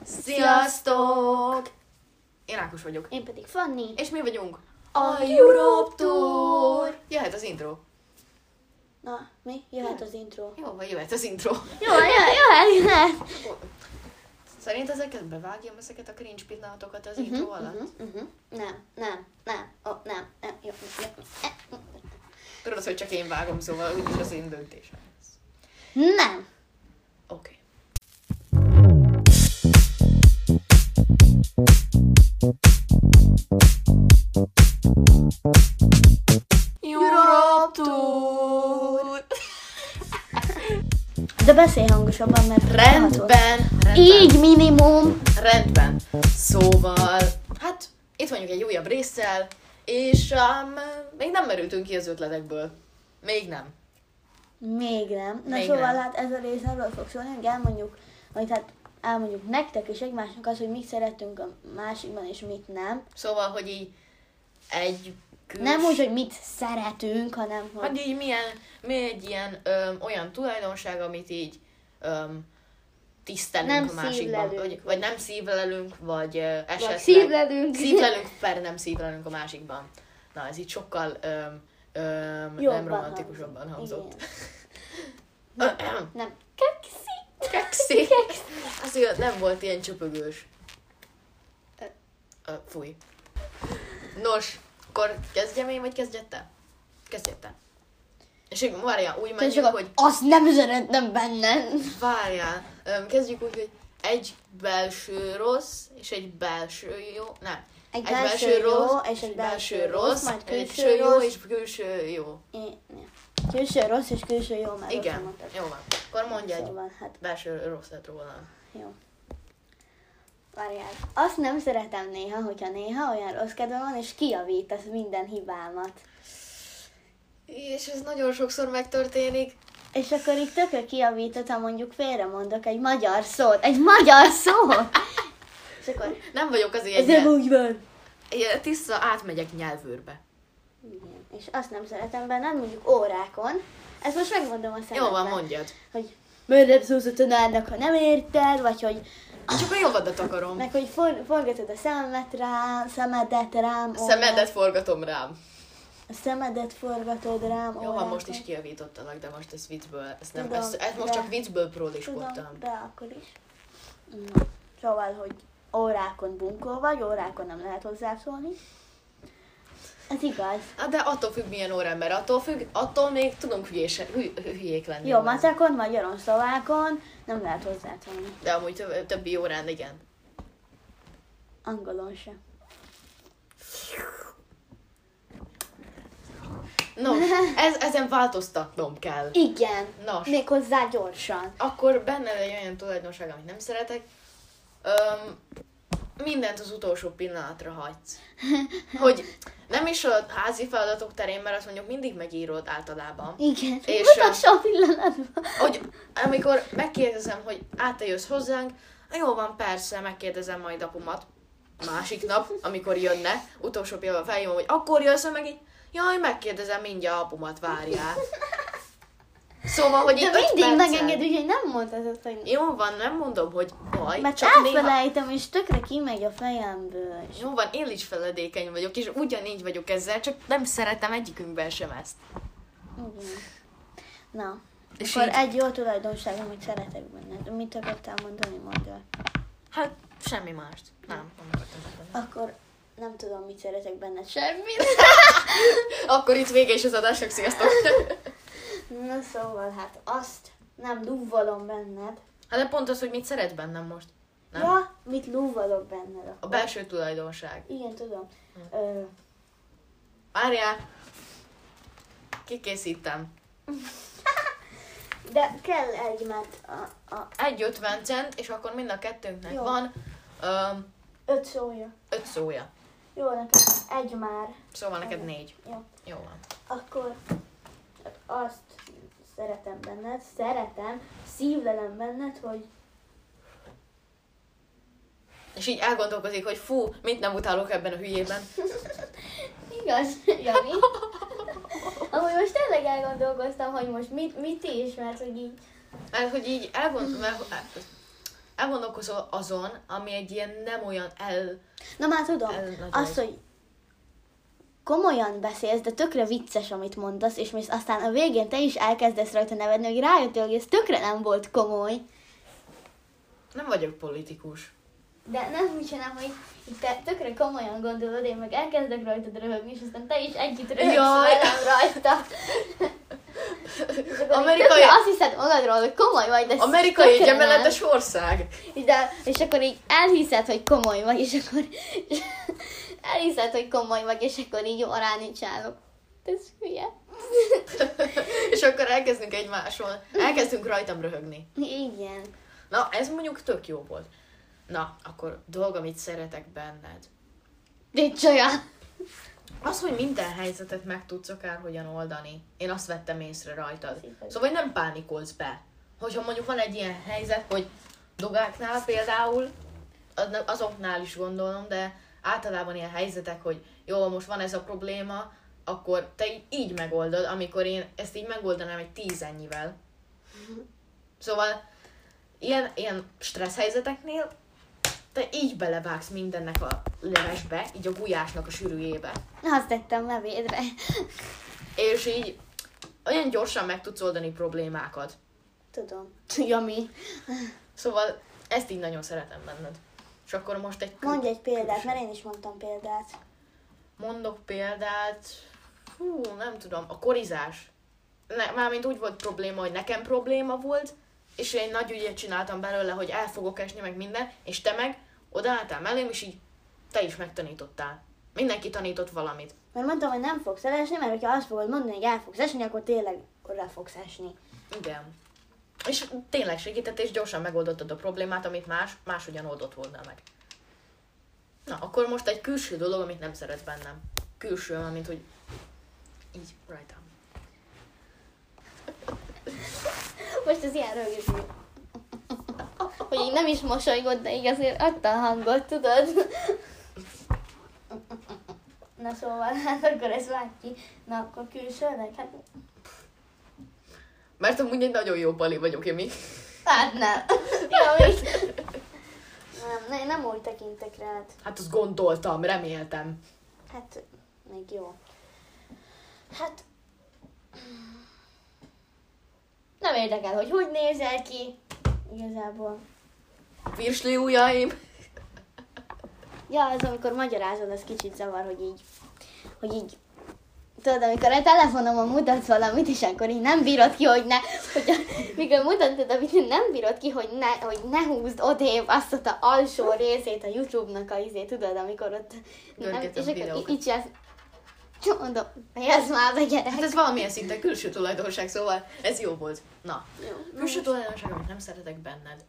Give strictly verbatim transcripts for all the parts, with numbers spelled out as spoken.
Sziasztok! Én Ákos vagyok. Én pedig Fanni. És mi vagyunk? A Europe Tour! Jöhet az intro. Na, mi? Jöhet az intro. Jó, vagy jöhet az intro. Jó, jöhet, jöhet, jöhet. Szerint ezeket bevágjam, ezeket a cringe pillanatokat az intro alatt? Uh-huh, uh-huh. Nem, nem, nem, oh, nem, nem, jó, jó, jó. Tudod, hogy csak én vágom, szóval úgyis az én döntésem lesz. Nem. Oké. Okay. Europe Tour! De beszélj hangosabban, mert Rendben, rendben. Így minimum. Rendben. Szóval, hát itt vagyunk egy újabb résszel, és um, még nem merültünk ki az ötletekből. Még nem. Még nem. Na Még szóval nem. hát ez a rész arról fog szólni, hogy elmondjuk, vagy hát elmondjuk nektek és egymásnak az, hogy mit szeretünk a másikban és mit nem. Szóval, hogy így egy küls... Nem úgy, hogy mit szeretünk, hanem hogy... Hogy így milyen, mi egy ilyen öm, olyan tulajdonság, amit így öm, tisztelünk Nem a másikban. szívlelünk. Vagy, vagy nem szívlelünk, vagy ö, esetleg... Vagy szívlelünk. Szívlelünk, per nem szívlelünk a másikban. Na, ez így sokkal öm, öm, nem romantikusabban hangzott. Nem, nem. Kekszi. Kekszi. Azért nem volt ilyen csöpögős. Ö, fúj. Nos, akkor kezdjem én, vagy kezdjed te? Kezdjed te. És így, várjál, úgy menjünk, hogy... Azt nem szeretem benne. Várjál, öm, kezdjük úgy, hogy egy belső rossz, és egy belső jó... Nem. Egy belső jó, és egy belső rossz, majd egy külső külső jó, rossz. és külső jó. É, nem. Külső rossz és külső jó, mert Igen, rosszul mondtad. jó van. Akkor mondj egy Szóval, hát belső rosszat róla. jó. Várjál. Azt nem szeretem néha, hogyha néha olyan rossz kedve van, és kijavítasz minden hibámat. És ez nagyon sokszor megtörténik. És akkor itt tökre kijavított, ha mondjuk félremondok egy magyar szót. Egy magyar szót! És akkor... Nem vagyok azért Ez egy nem nyelv... úgy van. Ilyen tiszta, átmegyek nyelvőrbe. Igen. És azt nem szeretem benne, mondjuk órákon. Ezt most megmondom a szemedben. Jó van, mondjad. Hogy miért nem szólsz a tanárnak, ha nem érted, vagy hogy... Csak a javadat akarom. Meg hogy for, forgatod a szememet rám, szemedet rám. A szemedet forgatom rám. A szemedet forgatod rám. Jó van, órákon. most is kijavítottalak, de most ez viccből, ezt nem, Tudom, ezt, ezt most de- csak viccből próliskodtam. Tudom, de akkor is. Na, szóval, hogy órákon bunkó vagy, órákon nem lehet hozzászólni. Ez igaz. Hát de attól függ milyen órán, mert attól függ, attól még tudunk hülyése, hü, hülyék lenni. Jó, matekon, magyaron, szlovákon nem lehet hozzászólni. De amúgy több, többi órán igen. Angolon se. No, ez, ezen változtatnom kell. Igen. Nos, Méghozzá gyorsan. akkor benne egy olyan tulajdonság, amit nem szeretek. Öm, mindent az utolsó pillanatra hagysz. Hogy nem is a házi feladatok terén, mert azt mondjuk mindig megírod általában. Igen. És, És utolsó pillanatban. Hogy amikor megkérdezem, hogy át te jössz hozzánk, jó van, persze, megkérdezem majd apumat másik nap, amikor jönne, utolsó pillanatban feljön, hogy akkor jössz, meg így, jaj, megkérdezem mindjárt apumat, várjál. Szóval, hogy De így öt mindig perccel- megengedő, hogy nem mondtad azt, hogy... Jó van, nem mondom, hogy baj, Mert csak néha... elfelejtem, és tökre kimegy a fejemből. És Jó van, én is feledékeny vagyok, és ugyanígy vagyok ezzel, csak nem szeretem egyikünkben sem ezt. igen. Na, És akkor így- egy jó tulajdonság, amit szeretek benned. Mit akartál mondani, mondd el. Hát, semmi mást. Nem, nem akartam mondani. Akkor nem tudom, mit szeretek benned. Semmit. Akkor itt vége is az adásnak, sziasztok! Na szóval, hát azt nem lúvalom benned. Hát de pont az, hogy mit szeret bennem most. Nem? Ja, mit lúvalok benned akkor? A belső tulajdonság. Igen, tudom. Ö, Várjál! Kikészítem. de kell egy, mert a, a Egy ötven cent, és akkor mind a kettőnknek Jó. van öm, öt szója. öt szója. Jó, neked egy már. Szóval neked négy. Jó. Jó van. Akkor hát azt szeretem benned, szeretem, szívlelem benned, hogy És így elgondolkozik, hogy fú, mit nem utálok ebben a hülyében. igaz, Jani? Amúgy most tényleg elgondolkoztam, hogy most mit, mit is, mert hogy így... Mert hogy így elgondolkozik, mert elgondolkozol azon, ami egy ilyen nem olyan el... Na már tudom, el az, hogy komolyan beszélsz, de tökre vicces, amit mondasz, és most aztán a végén te is elkezdesz rajta nevedni, hogy rájöttél, hogy ez tökre nem volt komoly. Nem vagyok politikus. De nem úgy csinálom, hogy itt te tökre komolyan gondolod, én meg elkezdek rajtad röhögni, és aztán te is együtt röhögsz velem rajta. Amerikai... Azt hiszed magadról, hogy komoly vagy, de Amerikai egy emeletes ország. De, és akkor így elhiszed, hogy komoly vagy, és akkor elhiszed, hogy komoly vagy, és akkor így orán csinálok. Ez hülye. És akkor elkezdünk egymáson, elkezdünk rajtam röhögni. Igen. Na, ez mondjuk tök jó volt. Na, akkor dolog, amit szeretek benned. Dicsolja! Az, hogy minden helyzetet meg tudsz akárhogyan oldani. Én azt vettem észre rajtad. Szóval nem pánikolsz be. Hogyha mondjuk van egy ilyen helyzet, hogy dogáknál például, azoknál is gondolom, de általában ilyen helyzetek, hogy jó, most van ez a probléma, akkor te így, így megoldod, amikor én ezt így megoldanám egy tízennyivel. Szóval ilyen, ilyen stressz helyzeteknél te így belevágsz mindennek a levesbe, így a gulyásnak a sűrűjébe. Azt tettem levédre. És így olyan gyorsan meg tudsz oldani problémákat. Tudom. Yummy. Szóval ezt így nagyon szeretem benned. És akkor most egy... Mondj egy példát, mert én is mondtam példát. Mondok példát... Hú, nem tudom. A korizás. Ne, mármint úgy volt probléma, hogy nekem probléma volt, és én nagy ügyet csináltam belőle, hogy el fogok esni, meg minden, és te meg odaálltál mellém, és így te is megtanítottál. Mindenki tanított valamit. Mert mondtam, hogy nem fogsz elesni, mert hogyha azt fogod mondani, hogy el fogsz esni, akkor tényleg oda fogsz esni. Igen. És tényleg segített, és gyorsan megoldottad a problémát, amit más, máshogyan oldott volna meg. Na, akkor most egy külső dolog, amit nem szeretsz bennem. Külső, mint hogy így, rajtam. Most ez ilyen rögzű. Hogy így nem is mosolygod, de így azért adta a hangot, tudod? Na szóval, hát akkor ez vág ki. Na akkor külsőnek, hát... Mert amúgy egy nagyon jó pali vagyok, én mi? Hát nem. Ja, még... Nem, ne, nem úgy tekintek rád. Hát azt gondoltam, reméltem. Hát, még jó. Hát... Nem érdekel, hogy hogy nézel ki. Igazából. Virsli ujjaim. Ja, az amikor magyarázod, az kicsit zavar, hogy így, hogy így, tudod, amikor a telefonomon mutatsz valamit, és akkor így nem bírod ki, hogy ne, hogyha, mikor mutatod, amit nem bírod ki, hogy ne, hogy ne húzd odébb azt ott a alsó részét a YouTube-nak a izé, tudod, amikor ott, nem, és akkor így csinálsz, mondom, fejezd már be, gyerek. Hát ez valamilyen szinten külső tulajdonság, szóval ez jó volt. Na, Jó, külső tulajdonság, amit nem szeretek benned.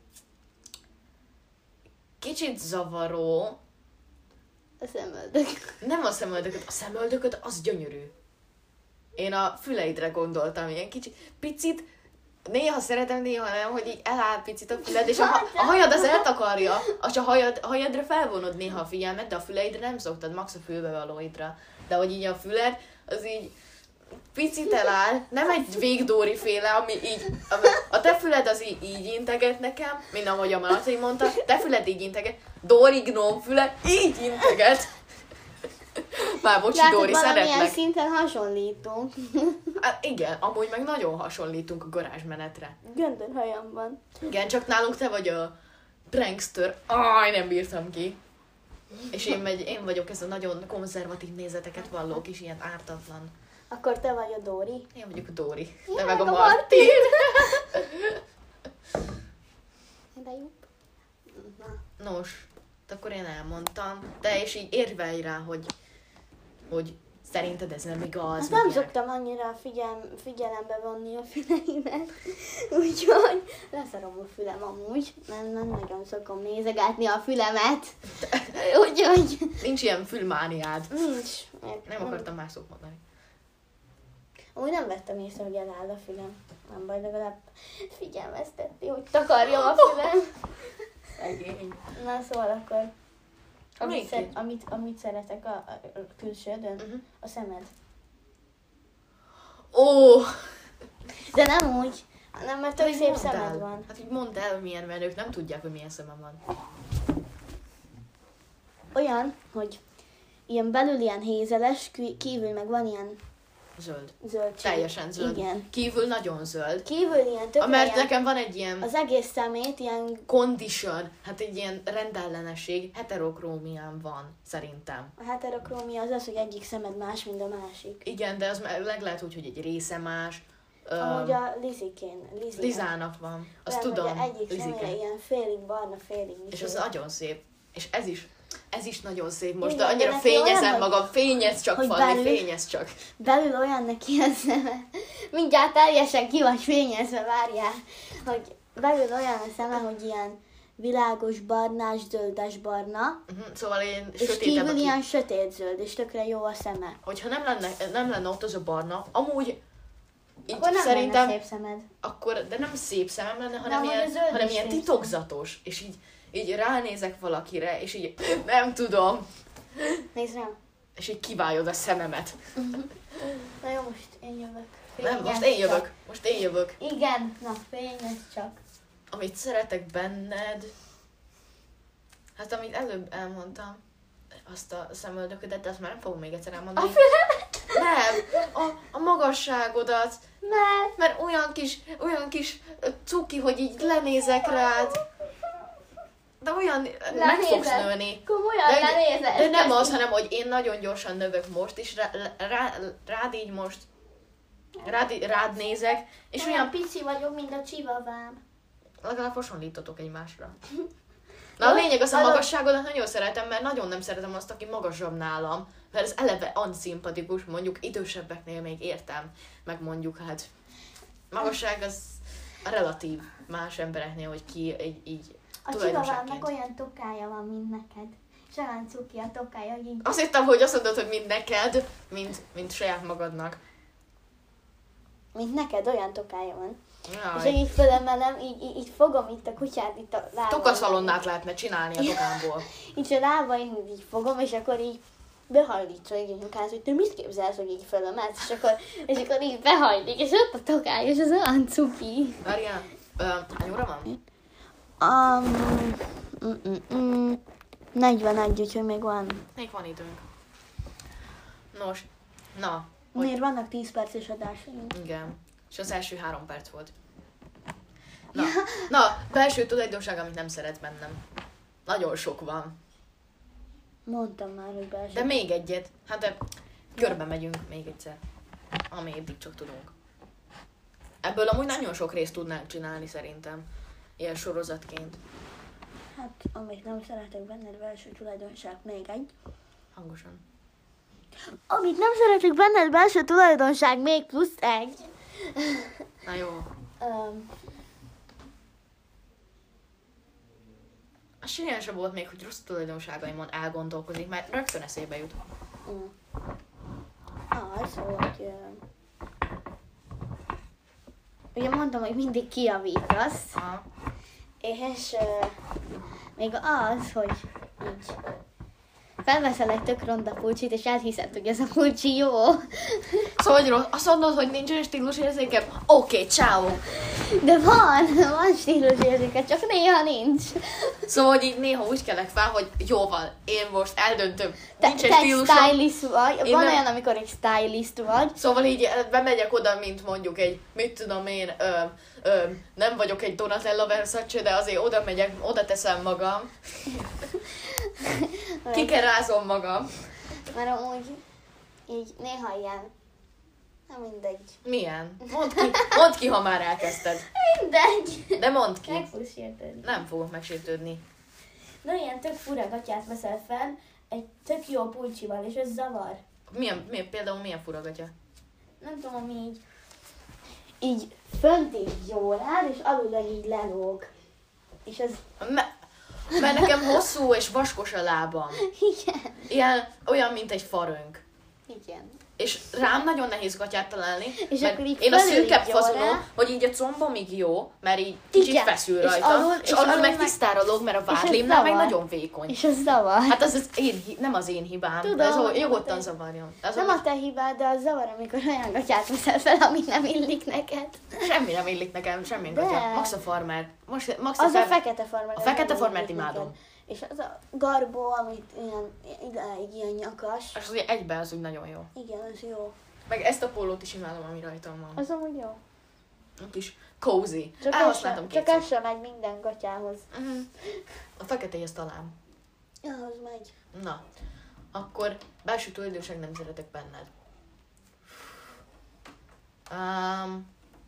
Kicsit zavaró. A szemöldök. Nem a szemöldököt, a szemöldököt az gyönyörű. Én a füleidre gondoltam, ilyen kicsit, picit, néha szeretem, néha nem, hogy így eláll picit a füled, és a, a hajad az eltakarja, a, a, hajad, a hajadra felvonod néha a figyelmet, de a füleidre nem szoktad, max a fülbevalóidra. De hogy így a füled, az így picit eláll, nem egy végdóri féle, ami így, a te füled az így, így integet nekem, mint ahogy a Marci mondta, te füled így integet, Dóri gnóm füle így integet. Már bocsi, Látod, Dóri, szeretlek. valamilyen szinten hasonlítunk. Hát igen, amúgy meg nagyon hasonlítunk a garázsmenetre. Göndörhajam van. Igen, csak nálunk te vagy a prankster. Aj, nem bírtam ki. És én, megy, én vagyok ez a nagyon konzervatív nézeteket valló kis ilyen ártatlan. Akkor te vagy a Dóri. Én vagyok a Dóri. Én Te meg a meg a Martin. De jó. Na. Nos, akkor én elmondtam. De és így érvelj rá, hogy, hogy szerinted ez nem igaz. Hát meg nem ilyenek. szoktam annyira figyel, figyelembe vonni a füleimet, úgyhogy leszarom a fülem amúgy, nem, nem nagyon szokom nézegetni a fülemet, úgyhogy Nincs ilyen fülmániád. nincs. Nem akartam más szót mondani. Úgy nem vettem észre, hogy eláll a fülem. Nem baj, legalább figyelmeztetni, hogy takarjam a fülem. Szegény. Na szóval akkor, amit, Még szer, két. amit, amit szeretek a, a, a külsődön, Uh-huh. a szemed. Ó, De nem úgy, Nem, mert Hát tök így szép mondd szemed el. van. Hát így mondd el, hogy milyen, mert ők nem tudják, hogy milyen szemem van. Olyan, hogy ilyen belül ilyen hézeles, kí- kívül meg van ilyen Zöld. zöldség. Teljesen zöld. Igen. Kívül nagyon zöld. Kívül ilyen tökre Mert ilyen, nekem van egy ilyen az egész szemét ilyen, condition, hát egy ilyen rendellenesség, heterokrómiám van, szerintem. a heterokrómia az az, hogy egyik szemed más, mint a másik. Igen, de az meg meg lehet úgy, hogy egy része más. Ahogy Öm, a Lizikén. Lizi Lizának van. Azt olyan, tudom. hogy egyik Lizike. szemére ilyen félig barna, félig És az vizsgál. nagyon szép. És ez is, ez is nagyon szép. Most Igen, de de annyira neki olyan, fényezem hogy- magam, fényez csak, hogy Fanni, belül- fényez csak. Belül olyan neki a szeme. Mindjárt teljesen ki vagy fényezve, várjál. Hogy belül olyan a szeme, hogy ilyen világos barnás, zöldes barna, Uh-huh. Szóval én és sötétebb, kívül aki, ilyen sötét zöld, és tökre jó a szeme. hogyha nem lenne, nem lenne ott az a barna, amúgy így Akkor nem szerintem, lenne szép szemed. akkor, de nem szép szemem lenne, hanem Nem, ilyen, hogy a zöld hanem is ilyen szép titokzatos, és így, így ránézek valakire, és így nem tudom, Nézd rám. és így kiváljod a szememet. Na jó, most én jövök. Nem, most Fényezz én jövök, csak. most én jövök. Igen, na fényezz csak. Amit szeretek benned, hát amit előbb elmondtam, azt a szemöldöködet, de azt már nem fogom még egyszer A elmondani. fülemet? Nem, a, a magasságodat, Mert mert olyan kis, olyan kis ö, cuki, hogy így lenézek rád. De olyan, meg fogsz Lenézed? nőni. komolyan De, lenézed. de nem az, hanem hogy én nagyon gyorsan növök most, és rá, rá, rád így most, rád, rád nézek, és És olyan olyan pici vagyok, mint a csivavám. legalább hasonlítotok egymásra. Na a lényeg az, a Hallod? magasságodat nagyon szeretem, mert nagyon nem szeretem azt, aki magasabb nálam, mert ez eleve unszimpatikus, mondjuk idősebbeknél még értem, meg mondjuk hát magasság az relatív más embereknél, hogy ki így, így A tulajdonságként. csivavámnak olyan tokája van, mint neked. És olyan cuki a tokája, hogy így... Azt hittem, hogy azt mondod, hogy mind neked, mint, mint saját magadnak. Mint neked olyan tokája van. És Jaj. én így fölemelem, így, így, így fogom itt a kutyát itt a lábam. Tokaszalonnát lehetne csinálni a tokámból. Így a lábaim így fogom, és akkor így behajlítsa így a nyukáz, hogy te mit képzelsz, hogy így fölemelsz, és akkor, és akkor így behajlik, és ott a tokája, és az olyan cuki. Várjál, ö, hány óra van? Um, mm, mm, mm, negyvenegy, úgyhogy még van. Még van időnk. Nos, na, hogy Miért vannak tíz perces adásaink? igen. És az első három perc volt. Na, na, belső tulajdonság, amit nem szeretsz bennem. Nagyon sok van. Mondtam már, hogy belső. De még egyet. Hát de körbe megyünk még egyszer. Ameddig csak tudunk. Ebből amúgy nagyon sok részt tudnánk csinálni szerintem. Ilyen sorozatként. Hát, amit nem szeretek benned, belső tulajdonság, még egy. Hangosan. Amit nem szeretek benned, belső tulajdonság, még plusz egy. Na jó. Um, A sírján sem volt még, hogy rossz tulajdonságaimon elgondolkozik, mert rögtön eszébe jut. mm. Az, hogy... Uh, ugye mondtam, hogy mindig kijavítasz, Aha. és uh, még az, hogy így felveszel egy tök ronda pulcsit, és elhiszed, hogy ez a pulcsi jó. Szóval, hogy rossz, azt mondod, hogy nincsen stílusérzékem? Oké, okay, ciao. De van, van stílusérzéke, csak néha nincs. Szóval, hogy így néha úgy kelek fel, hogy jó van, én most eldöntöm, Te, nincs egy te egy stílusom. stylist vagy, Én van nem- olyan, amikor egy stylist vagy. Szóval így eh, bemegyek oda, mint mondjuk egy, mit tudom én, ö, ö, nem vagyok egy Donatella Versace, de azért oda megyek, oda teszem magam, kikerázom magam. Mert amúgy így néha ilyen, nem mindegy. Milyen? Mondd ki, mondd ki, ha már elkezdted. Mindegy. De mondd ki. Meg fogsz sértődni. Nem fogok megsértődni. De ilyen tök fura gatyát veszel fel, egy tök jó pulcsival, és ez zavar. Milyen, milyen például milyen furagatja? Nem tudom, így, így fönt így jól áll, és alul így lelóg. És ez, Me- mert nekem hosszú és vaskos a lábam. igen, Ilyen, olyan, mint egy farönk. igen. és rám nagyon nehéz gatyát találni, És mert akkor így én a fölül szűkebb így jól fazonó, rá. hogy így a combomig jó, mert így kicsit Igen, feszül és rajta, alul- és és alul alul meg meg- tisztára lóg, mert a és ez vádlimnál meg zavar. nagyon vékony. És az zavar. Hát az, az én, hi- nem az én hibám, Tudom, de ez nem nyugodtan a te- zavarjon. Az Nem ami- a te hibád, de az zavar, amikor olyan gatyát veszel fel, ami nem illik neked. Semmi nem illik nekem, semmi De. gatya. Max a farmer. Most, max Az a fel- fekete farmer. A az fekete nem farmert illik imádom. neked. És az a garbó, amit ilyen, idáig ilyen nyakas. Az ugye egybe az úgy nagyon jó. Igen, az jó. Meg ezt a pólót is imádom, ami rajtam van. Az amúgy jó. A kis cozy. Csak, ez Elhasználtam sem, csak kétszer. ez sem megy minden gatyához. Mhm. A feketéhez talán. Ja, az megy. Na, akkor belső tulajdonság nem szeretek benned. Um,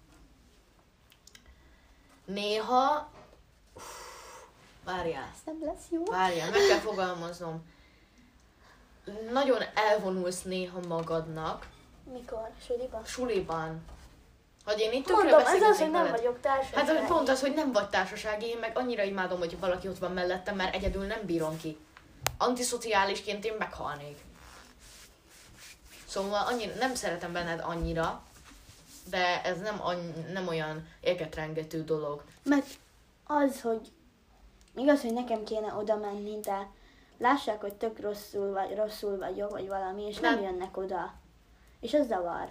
néha... Várjál, Ez nem lesz jó. várjál, meg kell fogalmaznom. Nagyon elvonulsz néha magadnak Mikor? Suliba? suliban. Hogy én itt tökre Mondom, ez az, beszélgetek hogy nem veled. vagyok társaság. Hát hogy pont az, hogy nem vagy társasági, én meg annyira imádom, hogy valaki ott van mellettem, mert egyedül nem bírom ki. Antiszociálisként én meghalnék. Szóval annyira, nem szeretem benned annyira, de ez nem, any, nem olyan égetrengető dolog. Meg az, hogy igaz, hogy nekem kéne oda menni, de lássák, hogy tök rosszul, vagy, rosszul vagyok, vagy valami, és nem, Nem. jönnek oda. És ez zavar.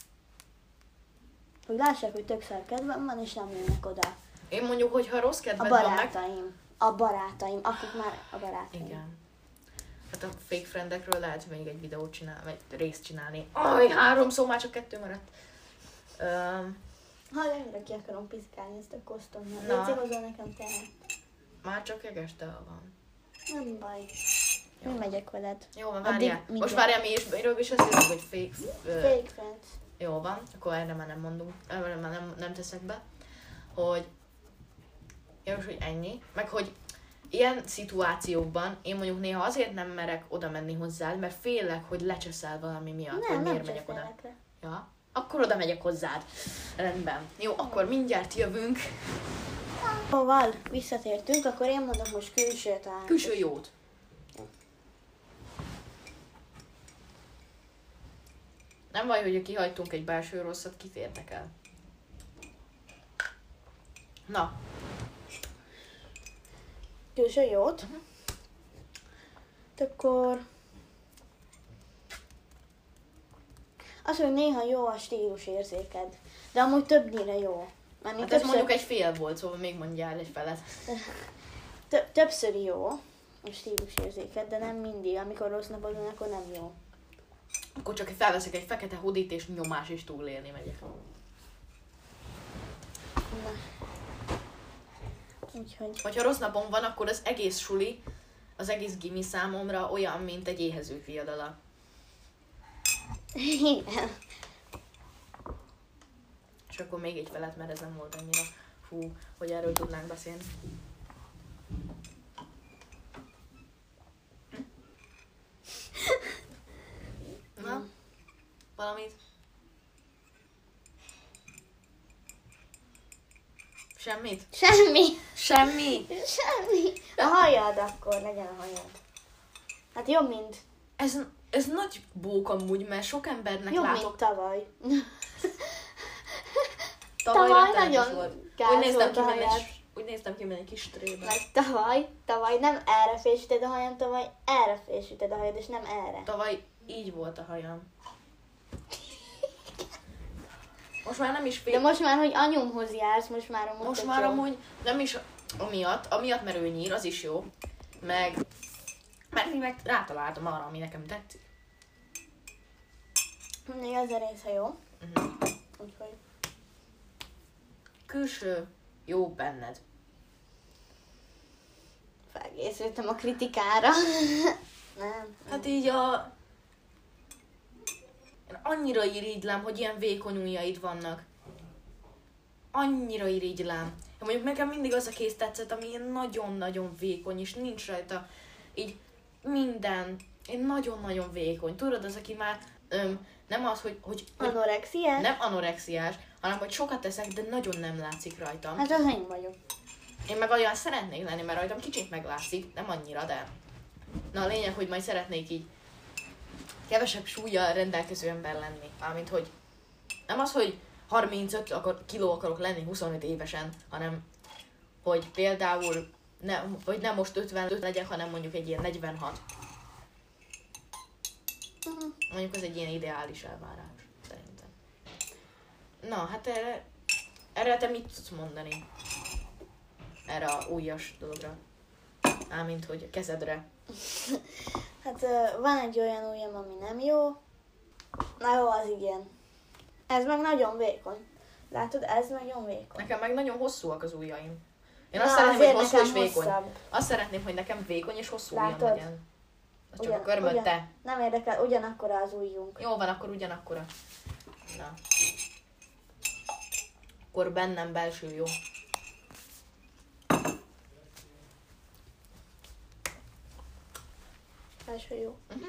Hogy lássák, hogy tök szar kedvem van, és nem jönnek oda. Én mondjuk, hogy ha rossz A kedved van meg... barátaim. A barátaim, akik már a barátaim. Igen. Hát a fake friendekről lehet még egy videót csinálni, vagy részt csinálni. Aj, három szó, már csak kettő maradt. Um, Ha annyira ki akarom piszkálni ezt a kosztommal. Na. Légy hozol nekem tehet. már csak jeges tea van. Nem baj. Jó. Én megyek veled. Jó van, Addig várjál. mindjárt. Most várjál, mi is, miről is beszélünk, hogy fake... ö, Fake friends. Jó van, akkor erre már nem mondunk, erre már nem, nem teszek be, hogy jó, hogy ennyi, meg hogy ilyen szituációkban én mondjuk néha azért nem merek oda menni hozzád, mert félek, hogy lecseszel valami miatt, Nem, hogy nem miért megyek oda. cseszelek le. Ja, akkor oda megyek hozzád. Rendben. Jó, akkor mindjárt jövünk. Szóval visszatértünk, akkor én mondok most külső talán. Külső jót. Nem baj, hogy kihagytunk egy belső rosszat, kit érdekel. Na, Külső jót. Mhm. Akkor... Az, hogy néha jó a stílus érzéked, de amúgy többnyire jó. Mert hát ez mondjuk egy fél volt, szóval még mondjál egy felet. Tö- többször jó a stílus érzéked, de nem mindig. Amikor rossz napod van, akkor nem jó. Akkor csak felveszek egy fekete hudit és nyomás és túlélni megyek. Na. Úgyhogy... Hogyha rossz napom van, akkor az egész suli, az egész gimi számomra olyan, mint egy éhező fiadala. Igen. És akkor még egy felet, mert ez nem volt annyira fú, hogy erről tudnánk beszélni. Na? Valamit? Semmit? Semmi. Semmi? Semmi. A hajad akkor, legyen a hajad. Hát jobb, mint, Ez, ez nagy bók amúgy, mert sok embernek jobb, látok. mint tavaly. Tavaly, tavaly rettenetes nagyon volt. gáz Úgy néztem volt ki, a mint hajad. egy, úgy néztem ki, mint egy kis trébe. Meg tavaly, tavaly nem erre fésíted a hajam, tavaly erre fésíted a hajad, és nem erre. Tavaly így volt a hajam. Most már nem is fél. De most már, hogy anyumhoz jársz, most már amúgy Most tök már jó. amúgy nem is amiatt, amiatt mert ő nyír, az is jó. Meg, mert én meg rátaláltam arra, ami nekem tetszik. Még az a része jó. Uh-huh. Úgyhogy Külső jó benned. felkészültem a kritikára. Nem. Hát így a... Én annyira irigylem, hogy ilyen vékony ujjaid vannak. Annyira irigylem. Mondjuk nekem mindig az a kéz tetszett, ami ilyen nagyon-nagyon vékony, és nincs rajta így minden. Én nagyon-nagyon vékony. Tudod, az, aki már öm, nem az, hogy, hogy, hogy Anorexiás? nem anorexiás, hanem hogy sokat teszek, de nagyon nem látszik rajtam. Hát az én vagyok. Én meg olyan szeretnék lenni, mert rajtam kicsit meglátszik, nem annyira, de... Na a lényeg, hogy majd szeretnék így kevesebb súllyal rendelkező ember lenni. Mármint, hogy nem az, hogy harmincöt akar, kiló akarok lenni huszonöt évesen, hanem hogy például ne, vagy nem most ötvenöt legyek, hanem mondjuk egy ilyen negyvenhat. Uh-huh. Mondjuk ez egy ilyen ideális elvárás, szerintem. Na, hát erre, erre te mit tudsz mondani? Erre a újas dologra. Mármint, hogy kezedre. Hát van egy olyan ujjam, ami nem jó. Na jó, az igen. Ez meg nagyon vékony. Látod, ez nagyon vékony. Nekem meg nagyon hosszúak az ujjaim. Én Na, azt szeretném, hogy hosszú és nekem vékony. hosszabb. Azt szeretném, hogy nekem vékony és hosszú Látod? ujjam legyen. Az csak Ugyan- a körmöd ugyan- te. Nem érdekel, ugyanakkor az ujjunk. Jó van, akkor ugyanakkora. Na. Akkor bennem belső jó. Első jó. Uh-huh.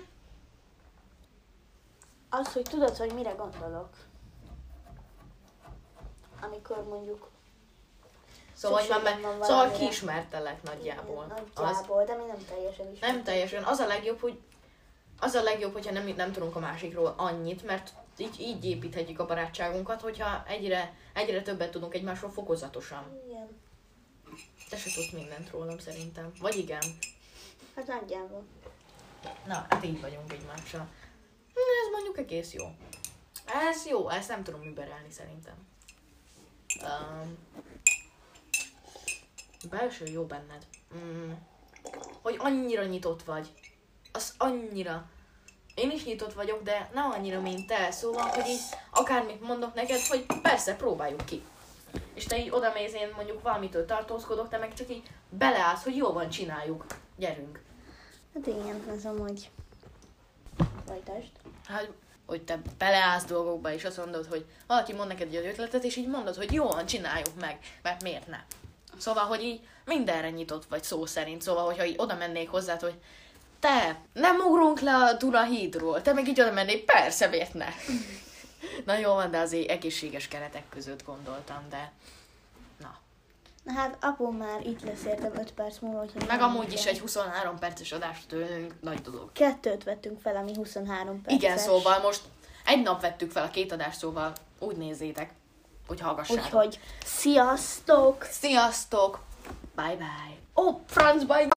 Az, hogy tudod, hogy mire gondolok. Amikor mondjuk Szóval, hogy már szükségem me- van szóval valamire. kiismertelek nagyjából. Az, Nagyjából, de mi nem teljesen is. nem teljesen. Az a legjobb, hogy az a legjobb, hogyha nem, nem tudunk a másikról annyit, mert így, így építhetjük a barátságunkat, hogyha egyre, egyre többet tudunk egymásról fokozatosan. Igen. Te se tudsz mindent rólam szerintem. Vagy igen. Hát nagyjából. Na, hát így vagyunk egymással. Hm, ez mondjuk egész jó. Ez jó, ezt nem tudom überelni szerintem. Um, belső jó benned. Mm, hogy annyira nyitott vagy. Az annyira. Én is nyitott vagyok, de nem annyira, mint te. Szóval, hogy így akármit mondok neked, hogy persze, próbáljuk ki. És te így odamész, én mondjuk valamitől tartózkodok, te meg csak így beleállsz, hogy jó van, csináljuk. Gyerünk. Hát igen, ez amúgy. Folytasd. Hát, hogy te beleállsz dolgokba, és azt mondod, hogy valaki mond neked egy ötletet, és így mondod, hogy jó van, csináljuk meg, mert miért ne? Szóval, hogy így mindenre nyitott vagy szó szerint. Szóval, hogyha így oda mennék hozzád, hogy te, nem ugrunk le a Duna hídról, te meg így oda mennék, persze, miért ne? Na jó van, de azért egészséges keretek között gondoltam, de na. Na hát apu már itt lesz értem öt perc múlva, hogy Meg amúgy is egy huszonhárom perces adást tőlünk, nagy dolog. Kettőt vettünk fel, ami huszonhárom perces. Igen, szóval most egy nap vettük fel a két adást, szóval úgy nézzétek, hogy hallgassátok. Úgyhogy sziasztok! Sziasztok! Bye bye! Ó, oh, francba!